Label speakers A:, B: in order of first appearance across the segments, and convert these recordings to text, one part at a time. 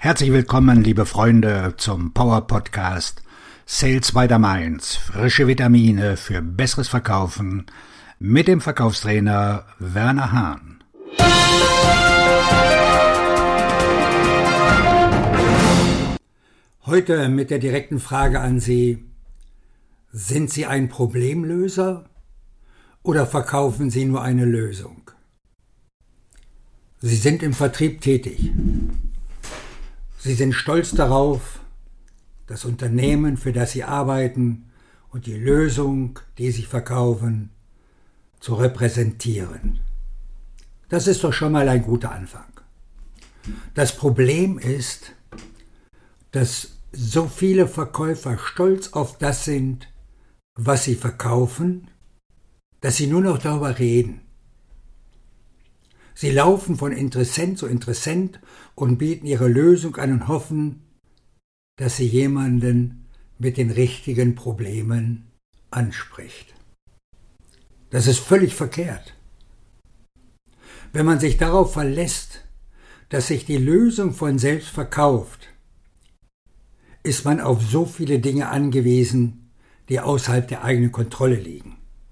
A: Herzlich willkommen, liebe Freunde, zum Power Podcast Sales by the Mainz. Frische Vitamine für besseres Verkaufen mit dem Verkaufstrainer Werner Hahn.
B: Heute mit der direkten Frage an Sie: Sind Sie ein Problemlöser oder verkaufen Sie nur eine Lösung? Sie sind im Vertrieb tätig. Sie sind stolz darauf, das Unternehmen, für das Sie arbeiten, und die Lösung, die Sie verkaufen, zu repräsentieren. Das ist doch schon mal ein guter Anfang. Das Problem ist, dass so viele Verkäufer stolz auf das sind, was sie verkaufen, dass sie nur noch darüber reden. Sie laufen von Interessent zu Interessent und bieten ihre Lösung an und hoffen, dass sie jemanden mit den richtigen Problemen anspricht. Das ist völlig verkehrt. Wenn man sich darauf verlässt, dass sich die Lösung von selbst verkauft, ist man auf so viele Dinge angewiesen, die außerhalb der eigenen Kontrolle liegen.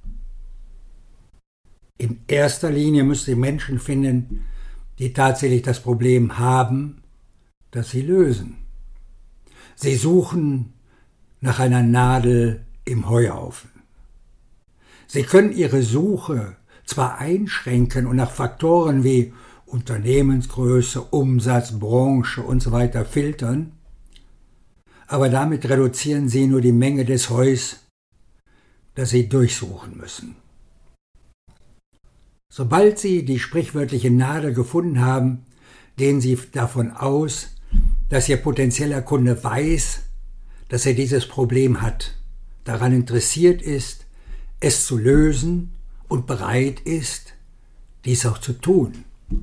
B: In erster Linie müssen Sie Menschen finden, die tatsächlich das Problem haben, das Sie lösen. Sie suchen nach einer Nadel im Heuhaufen. Sie können Ihre Suche zwar einschränken und nach Faktoren wie Unternehmensgröße, Umsatz, Branche usw. filtern, aber damit reduzieren Sie nur die Menge des Heus, das Sie durchsuchen müssen. Sobald Sie die sprichwörtliche Nadel gefunden haben, gehen Sie davon aus, dass Ihr potenzieller Kunde weiß, dass er dieses Problem hat, daran interessiert ist, es zu lösen und bereit ist, dies auch zu tun.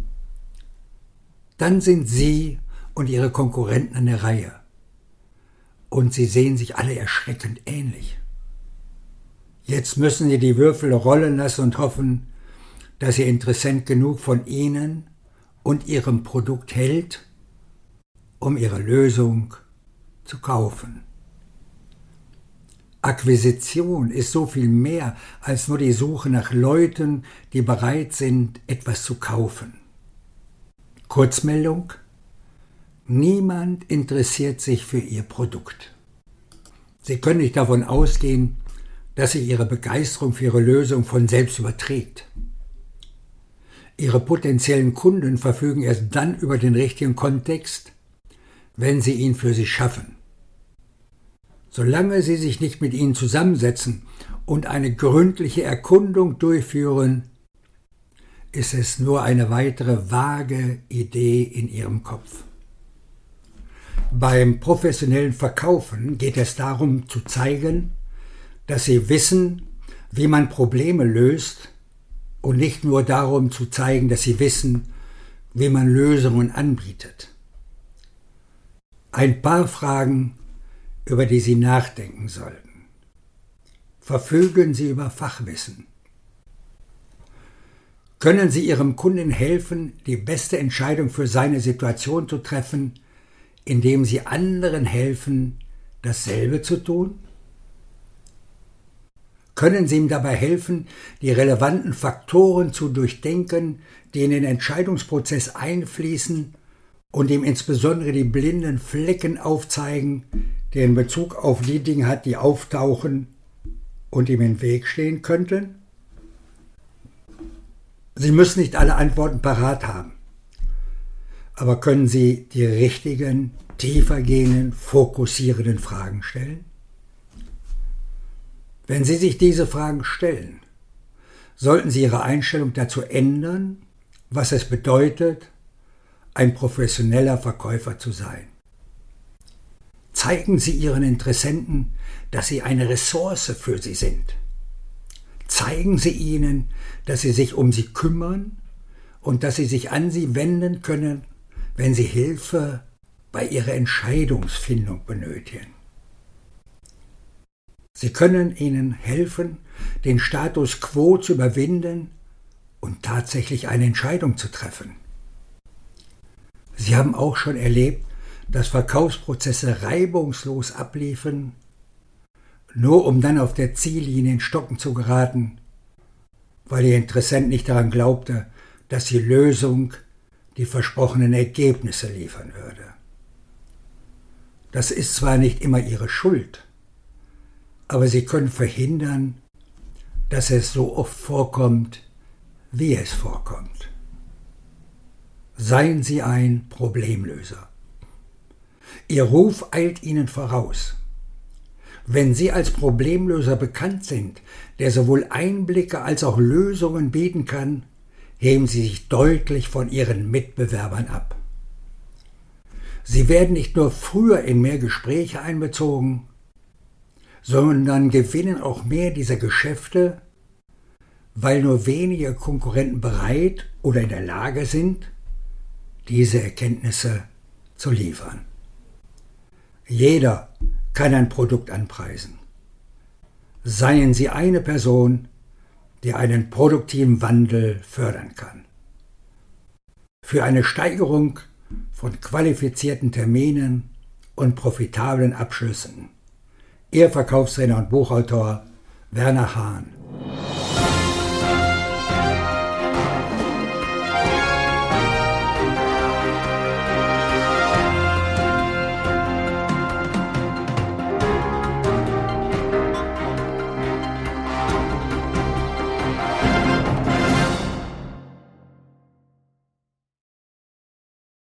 B: Dann sind Sie und Ihre Konkurrenten an der Reihe. Und Sie sehen sich alle erschreckend ähnlich. Jetzt müssen Sie die Würfel rollen lassen und hoffen, dass Ihr Interessent genug von Ihnen und Ihrem Produkt hält, um Ihre Lösung zu kaufen. Akquisition ist so viel mehr als nur die Suche nach Leuten, die bereit sind, etwas zu kaufen. Kurzmeldung: Niemand interessiert sich für Ihr Produkt. Sie können nicht davon ausgehen, dass sich Ihre Begeisterung für Ihre Lösung von selbst überträgt. Ihre potenziellen Kunden verfügen erst dann über den richtigen Kontext, wenn Sie ihn für sie schaffen. Solange Sie sich nicht mit ihnen zusammensetzen und eine gründliche Erkundung durchführen, ist es nur eine weitere vage Idee in Ihrem Kopf. Beim professionellen Verkaufen geht es darum zu zeigen, dass Sie wissen, wie man Probleme löst, und nicht nur darum zu zeigen, dass Sie wissen, wie man Lösungen anbietet. Ein paar Fragen, über die Sie nachdenken sollten. Verfügen Sie über Fachwissen? Können Sie Ihrem Kunden helfen, die beste Entscheidung für seine Situation zu treffen, indem Sie anderen helfen, dasselbe zu tun? Können Sie ihm dabei helfen, die relevanten Faktoren zu durchdenken, die in den Entscheidungsprozess einfließen und ihm insbesondere die blinden Flecken aufzeigen, die in Bezug auf die Dinge hat, die auftauchen und ihm im Weg stehen könnten? Sie müssen nicht alle Antworten parat haben, aber können Sie die richtigen, tiefergehenden, fokussierenden Fragen stellen? Wenn Sie sich diese Fragen stellen, sollten Sie Ihre Einstellung dazu ändern, was es bedeutet, ein professioneller Verkäufer zu sein. Zeigen Sie Ihren Interessenten, dass Sie eine Ressource für sie sind. Zeigen Sie ihnen, dass Sie sich um sie kümmern und dass Sie sich an sie wenden können, wenn Sie Hilfe bei Ihrer Entscheidungsfindung benötigen. Sie können ihnen helfen, den Status quo zu überwinden und tatsächlich eine Entscheidung zu treffen. Sie haben auch schon erlebt, dass Verkaufsprozesse reibungslos abliefen, nur um dann auf der Ziellinie in Stocken zu geraten, weil der Interessent nicht daran glaubte, dass die Lösung die versprochenen Ergebnisse liefern würde. Das ist zwar nicht immer Ihre Schuld, aber Sie können verhindern, dass es so oft vorkommt, wie es vorkommt. Seien Sie ein Problemlöser. Ihr Ruf eilt Ihnen voraus. Wenn Sie als Problemlöser bekannt sind, der sowohl Einblicke als auch Lösungen bieten kann, heben Sie sich deutlich von Ihren Mitbewerbern ab. Sie werden nicht nur früher in mehr Gespräche einbezogen, sondern gewinnen auch mehr dieser Geschäfte, weil nur wenige Konkurrenten bereit oder in der Lage sind, diese Erkenntnisse zu liefern. Jeder kann ein Produkt anpreisen. Seien Sie eine Person, die einen produktiven Wandel fördern kann. Für eine Steigerung von qualifizierten Terminen und profitablen Abschlüssen. Ihr Verkaufstrainer und Buchautor Werner Hahn.